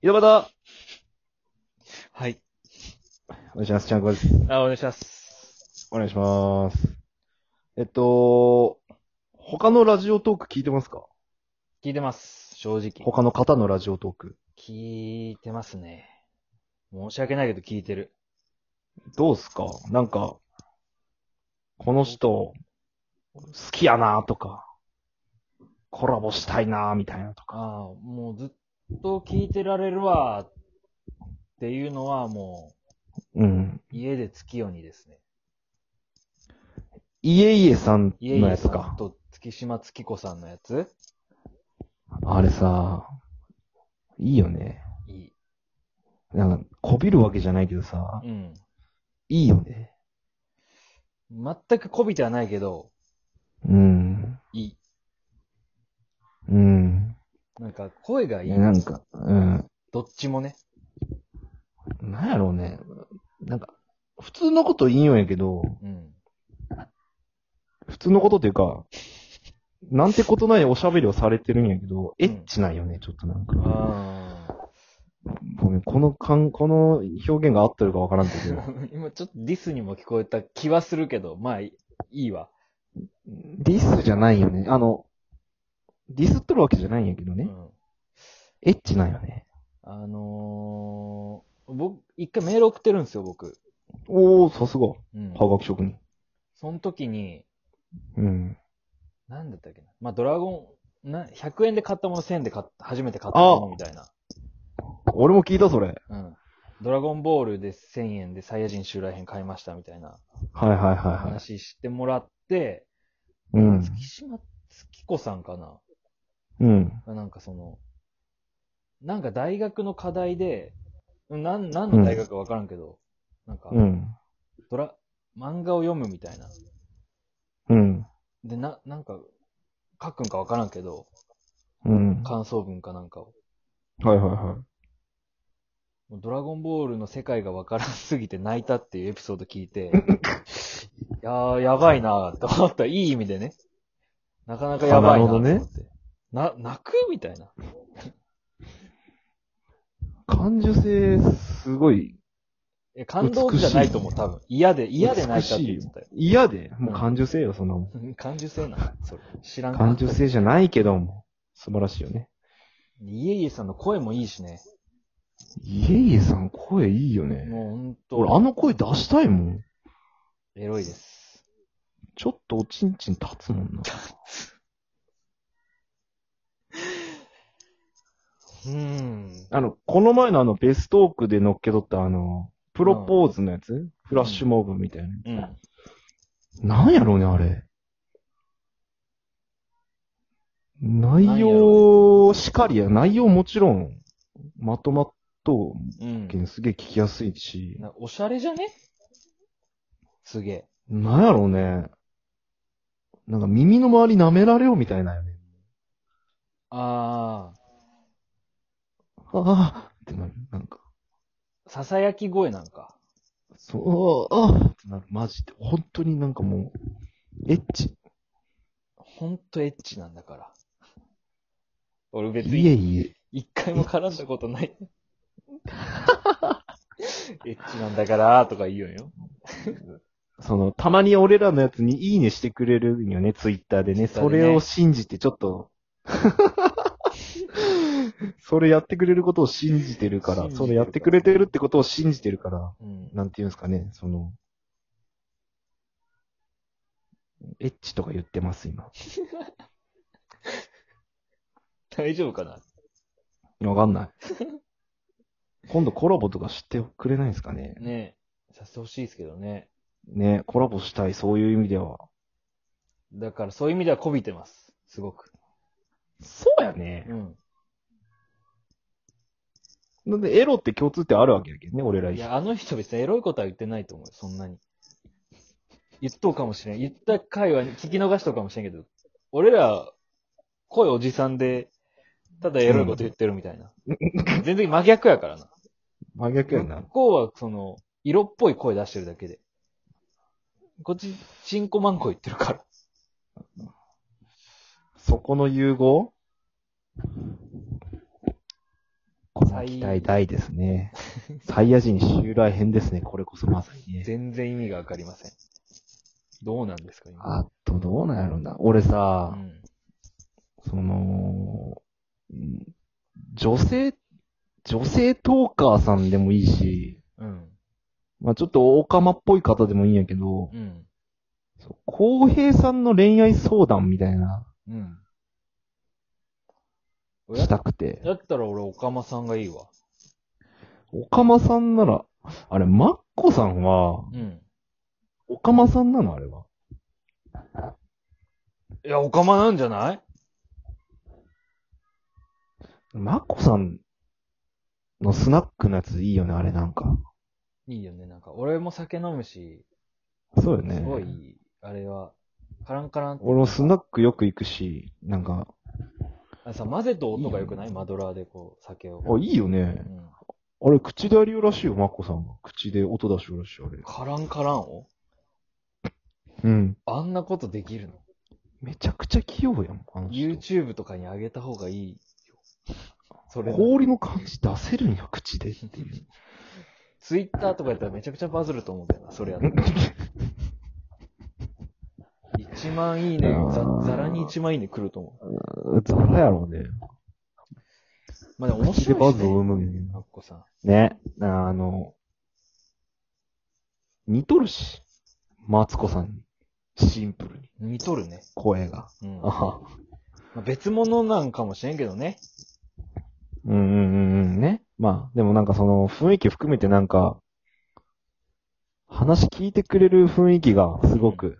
井戸端はい。 お願いします。ちゃんこです。 お願いします。 お願いします。他のラジオトーク聞いてますか？ 聞いてます。正直。 他の方のラジオトーク。 聞いてますね。申し訳ないけど聞いてる。 どうすか？なんか、この人、好きやなとか、コラボしたいなみたいなとか。 もうずっと聞いてられるわっていうのはもうん。 う家で月夜にですね。 いえいえさん家々さんのやつか。 と月島月子さんのやつあれさ、いいよね。 いい。 なんか、こびるわけじゃないけどさ、 うん。 いいよね。 全く媚びてはないけど、 うん。 いい。 うん。 なんか声がいい。 なんか、うん。 どっちもね。 なんやろうね。なんか、普通のこと言いよんやけど、 うん。 普通のことっていうか、なんてことないおしゃべりをされてるんやけど、エッうん。 チなんよね、ちょっとなんか。 あごめん、この表現が合ってるかわからんけど、 今ちょっとディスにも聞こえた気はするけど、まあいいわ。 ディスじゃないよね。ディスっとるわけじゃないんやけどね。 うん。 エッチなんよね。 僕、一回メール送ってるんですよ、僕。 おー、さすが。 うん。 はがき職人。 その時に、 うん。 なんだったっけな。まあ、ドラゴン、100円で買ったもの1000円で初めて買ったものみたいな。 俺も聞いた、それ。 うん。ドラゴンボールで1000円でサイヤ人襲来編買いましたみたいなはいはいはいは話してもらって、 い。うん。 月島月子さんかなうん。 なんかなんか大学の課題で、何の大学かわからんけど、なんか、 うん。 漫画を読むみたいな。 うん。 で、なんか、書くんかわからんけど、 うん。 感想文かなんかを。 はいはいはもうドラゴンボールの世界がわからんすぎて泣いたっていうエピソード聞いて、やばいなぁと思った。いい意味でね。なかなかやばいなぁと思って。 なるほ泣くみたいな。 い。感受性、すごい、 感動じゃないと思う、多分。嫌で泣いたって言ってたよ。 嫌で、もう感受性よ、そんなもん。 感受性なのそれ。知らんか。 感受性じゃないけども、素晴らしいよね。 イエイエさんの声もいいしね。 いえいえさん、声いいよね。 もうほんと。 俺、あの声出したいもん。 エロいです。 ちょっとおちんちん立つもんな。この前のベストークで乗っけとったプロポーズのやつ、フラッシュモブみたいな。 うん。 なんやろうね、あれ。内なんや容しかりや、内容もちろん、まとまっとうん。 う、すげえ聞きやすいし。 おしゃれじゃねすげえ。 なんやろうね。なんか耳の周り舐められようみたいなよね。 あああってなる。なんか、 ー、囁き声なんか。 そう、ああってなる。マジで。本当になんかもう、エッチ。 ほんとエッチなんだから。俺別いえにいえ。 一回も絡んだことない。エッチなんだからとか言うんよ。 たまに俺らのやつにいいねしてくれるんよね、ツイッターでね。 Twitter でねそれを信じてちょっと、それやってくれることを信じてるから、 信じてるからそれやってくれてるってことを信じてるから、 うん。 なんていうんですかね、エッチとか言ってます、今。 大丈夫かなわかんない。今度コラボとかしてくれないですかね。 ねえ。させてほしいですけどね。 ね、コラボしたい、そういう意味では。 だからそういう意味では媚びてます。すごく。 そうやね。 うん。 なんで、エロって共通点あるわけやけどね、俺ら一緒。 いや、あの人別にエロいことは言ってないと思うよ。そんなに。言っとうかもしれん。言った回は聞き逃しとうかもしれんけど、俺ら、声おじさんで、ただエロいこと言ってるみたいな。全然真逆やからな。 真逆やな向。こうは色っぽい声出してるだけで。こっち、チンコマンコ言ってるから。 そこの融合この期待大ですね。サイヤ人襲来編ですね、これこそまさにね。 全然意味がわかりません。どうなんですか、今。 あと、どうなんやろうな。俺うさ、 ん。 その、女性トーカーさんでもいいし、 うん。 まあちょっとオカマっぽい方でもいいんやけど、 うん。 浩平さんの恋愛相談みたいな、 うん。 したくて。 だったら俺、オカマさんがいいわ。 オカマさんなら、あれ、マッコさんは、 うん。 オカマさんなのあれは。 いや、オカマなんじゃない？ マッコさんのスナックのやついいよね、あれなんか。 いいよね。なんか、俺も酒飲むし、 そうよね。 すごいいい。あれは、カランカランって。 俺もスナックよく行くし、なんか、 あさ、混ぜと音が良くない？マドラーでこう、酒を。 あ、いいよねう。ん。 あれ、口でありようらしいよ、マッコさんが。口で音出しようらしいよ、あれ。 カランカランをうん。 あんなことできるの？ めちゃくちゃ器用やん、あの人。 YouTube とかに上げた方がいいよ。それ。 氷の感じ出せるんや、口でっていう。 Twitter とかやったらめちゃくちゃバズると思うんだよな、それやったら。1万いいね、ざらに1万いいね来ると思う。 ザラやろうね。 まあでも面白いし口でバズを生ね。 むんやアッコさん。 ね。似とるし。マツコさんに。シンプルに。 似とるね。 声が。 うん。 あは。 まあ、別物なんかもしれんけどね。 ね。まあ、でもなんかその雰囲気含めてなんか、話聞いてくれる雰囲気がすごく、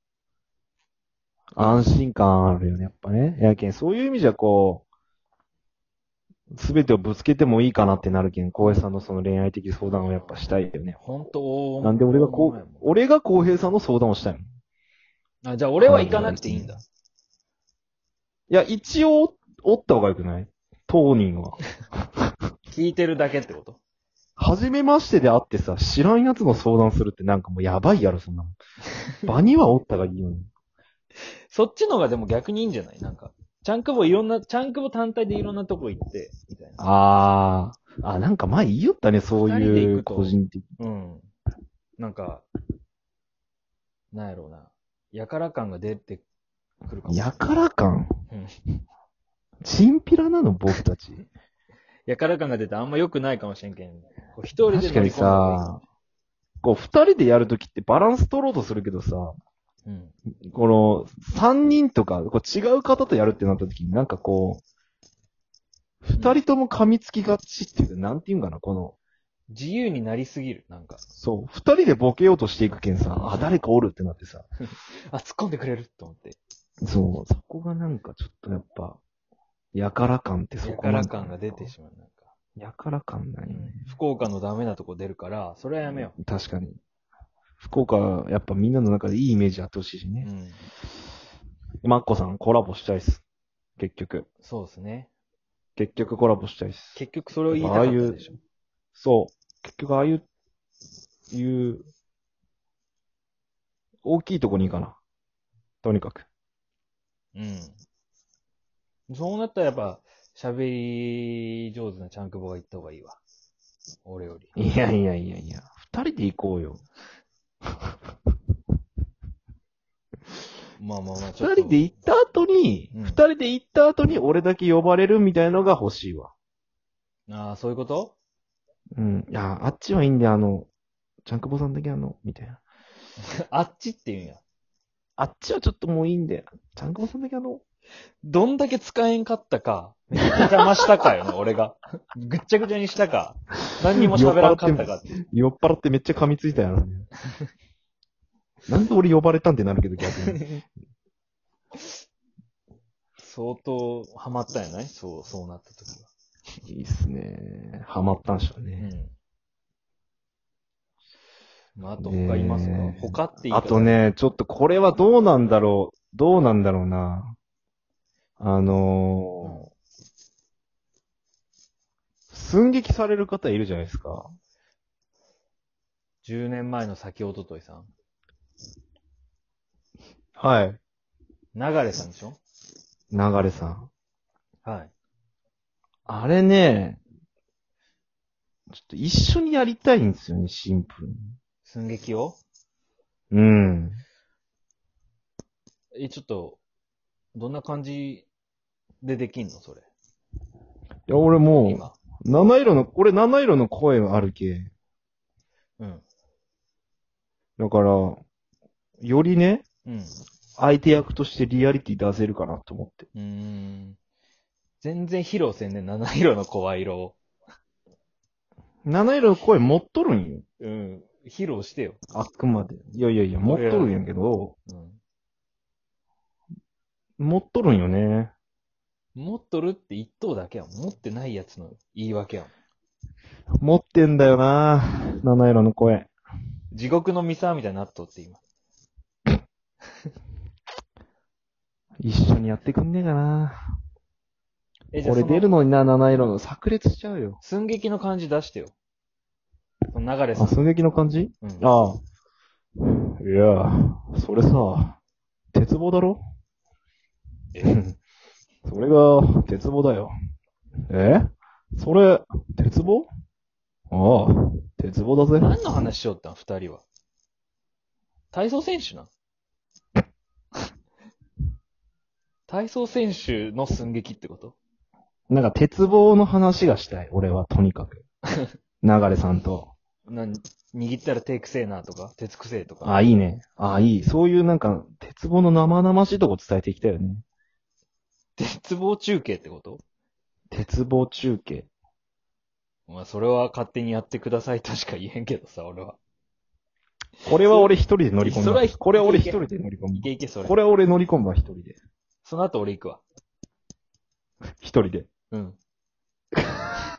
安心感あるよね、やっぱね。やけん、そういう意味じゃこう、すべてをぶつけてもいいかなってなるけん、浩平さんのその恋愛的相談をやっぱしたいよね。 ほんと、 なんで俺が俺が浩平さんの相談をしたいの？ あ、じゃあ俺は行かなくていいんだ。 いや、一応、おった方がよくない当人は。 聞いてるだけってこと？ 初めましてで会ってさ、知らんやつの相談するってなんかもうやばいやろ、そんなの。場にはおったがいいよね。 そっちのがでも逆にいいんじゃない？なんか、チャンクボ単体でいろんなとこ行って、みたいな。 なんか前言いよったね、そう二人でいう行くと個人的。 うん。なんか、なんやろうな。やから感が出てくるかもしれない。 やから感うん。 チンピラなの、僕たち。 やから感が出てあんま良くないかもしれんけん。こう一人で確かに乗り込んだ方がさ、こう、二人でやるときってバランス取ろうとするけどさ、 いい。うん。 この、三人とか、こう違う方とやるってなったときに、なんかこう、二人とも噛みつきがちっていうか、なんていうんかな、この、 自由になりすぎる、なんか。 そう、二人でボケようとしていくけんさ、誰かおるってなってさ、 あ、突っ込んでくれると思って。 そう、そこがなんかちょっとやっぱ、やから感ってそやからこなんか感が出てしまう、なんか。 やから感なんよね。 福岡のダメなとこ出るから、それはやめよ確かに。福岡、やっぱみんなの中でいいイメージあってほしいしう。うね。 ん。 マッコさん、コラボしたいっす。結局。 そうですね。 結局コラボしたいっす。 結局それを言いたかったでしょ。 そう。結局ああいう、大きいとこにいいかな。とにかく。 うん。そうなったらやっぱ、喋り上手なチャンクボが行った方がいいわ。俺より。 いや、二人で行こうよ。 まあまあまあ、 二人で行った後に、 うん二人で行った後に俺だけ呼ばれるみたいのが欲しいわ。 ああ、そういうこと？ うん。いや、あっちはいいんで、ちゃんくぼさんだけみたいな。 あっちって言うんや。 あっちはちょっともういいんで、ちゃんくぼさんだけどんだけ使えんかったか、めっちゃ邪魔したかよね、俺が。ぐっちゃぐちゃにしたか、何にも喋らんかったかって。 酔っ払ってめっちゃ噛みついたやろ、ね。なんで俺呼ばれたんってなるけど逆に。 相当ハマったんやない？そうなった時は。 いいっすね。ハマったんしょううね。 ん。まあ、あと他いますか？他って言い方あとね、ちょっとこれはどうなんだろうな。寸劇される方いるじゃないですか。 10年前の先おとといさん。 はい。 流れさんでしょ？ 流れさん。 はい。 あれね、 ちょっと一緒にやりたいんですよね、シンプルに。 寸劇をうん。 ちょっと、どんな感じでできんのそれ。 いや、俺も今。 う、俺七色の声あるけ。 うん。 だから、よりね、 うん。 相手役としてリアリティ出せるかなと思って。 全然披露せんね、七色の声色を。 七色の声持っとるんよ。 うん。披露してよ。 あくまで。いやいやいや、持っとるんやけど、 うん。 持っとるんよね。 持っとるって一等だけやん。持ってないやつの言い訳やん。 持ってんだよな七色の声。 地獄のミサみたいになっとって今。 一緒にやってくんねえかな。 じゃあ俺出るのにな、七色の炸裂しちゃうよ。 寸劇の感じ出してよ。その流れさあ、 ん。 寸劇の感じうん。 ああ。いや、それさ、鉄棒だろそれが、鉄棒だよ。それ、鉄棒ああ、鉄棒だぜ。 何の話しよったん二人は。体操選手な。体操選手の寸劇ってこと？ なんか鉄棒の話がしたい、俺は、とにかく。流れさんと。 握ったら手くせえなとか、鉄くせえとか。 ああ、いいね。ああ、いい。そういうなんか、鉄棒の生々しいとこ伝えていきたいよね。 鉄棒中継ってこと？ 鉄棒中継。 まあ、それは勝手にやってくださいとしか言えんけどさ、俺は。 これは俺一人で乗り込むわ。 それはこれは俺一人で乗り込むいけいけ、それ。 これは俺乗り込むわ、一人で。 その後俺行くわ。 一人で。 うん。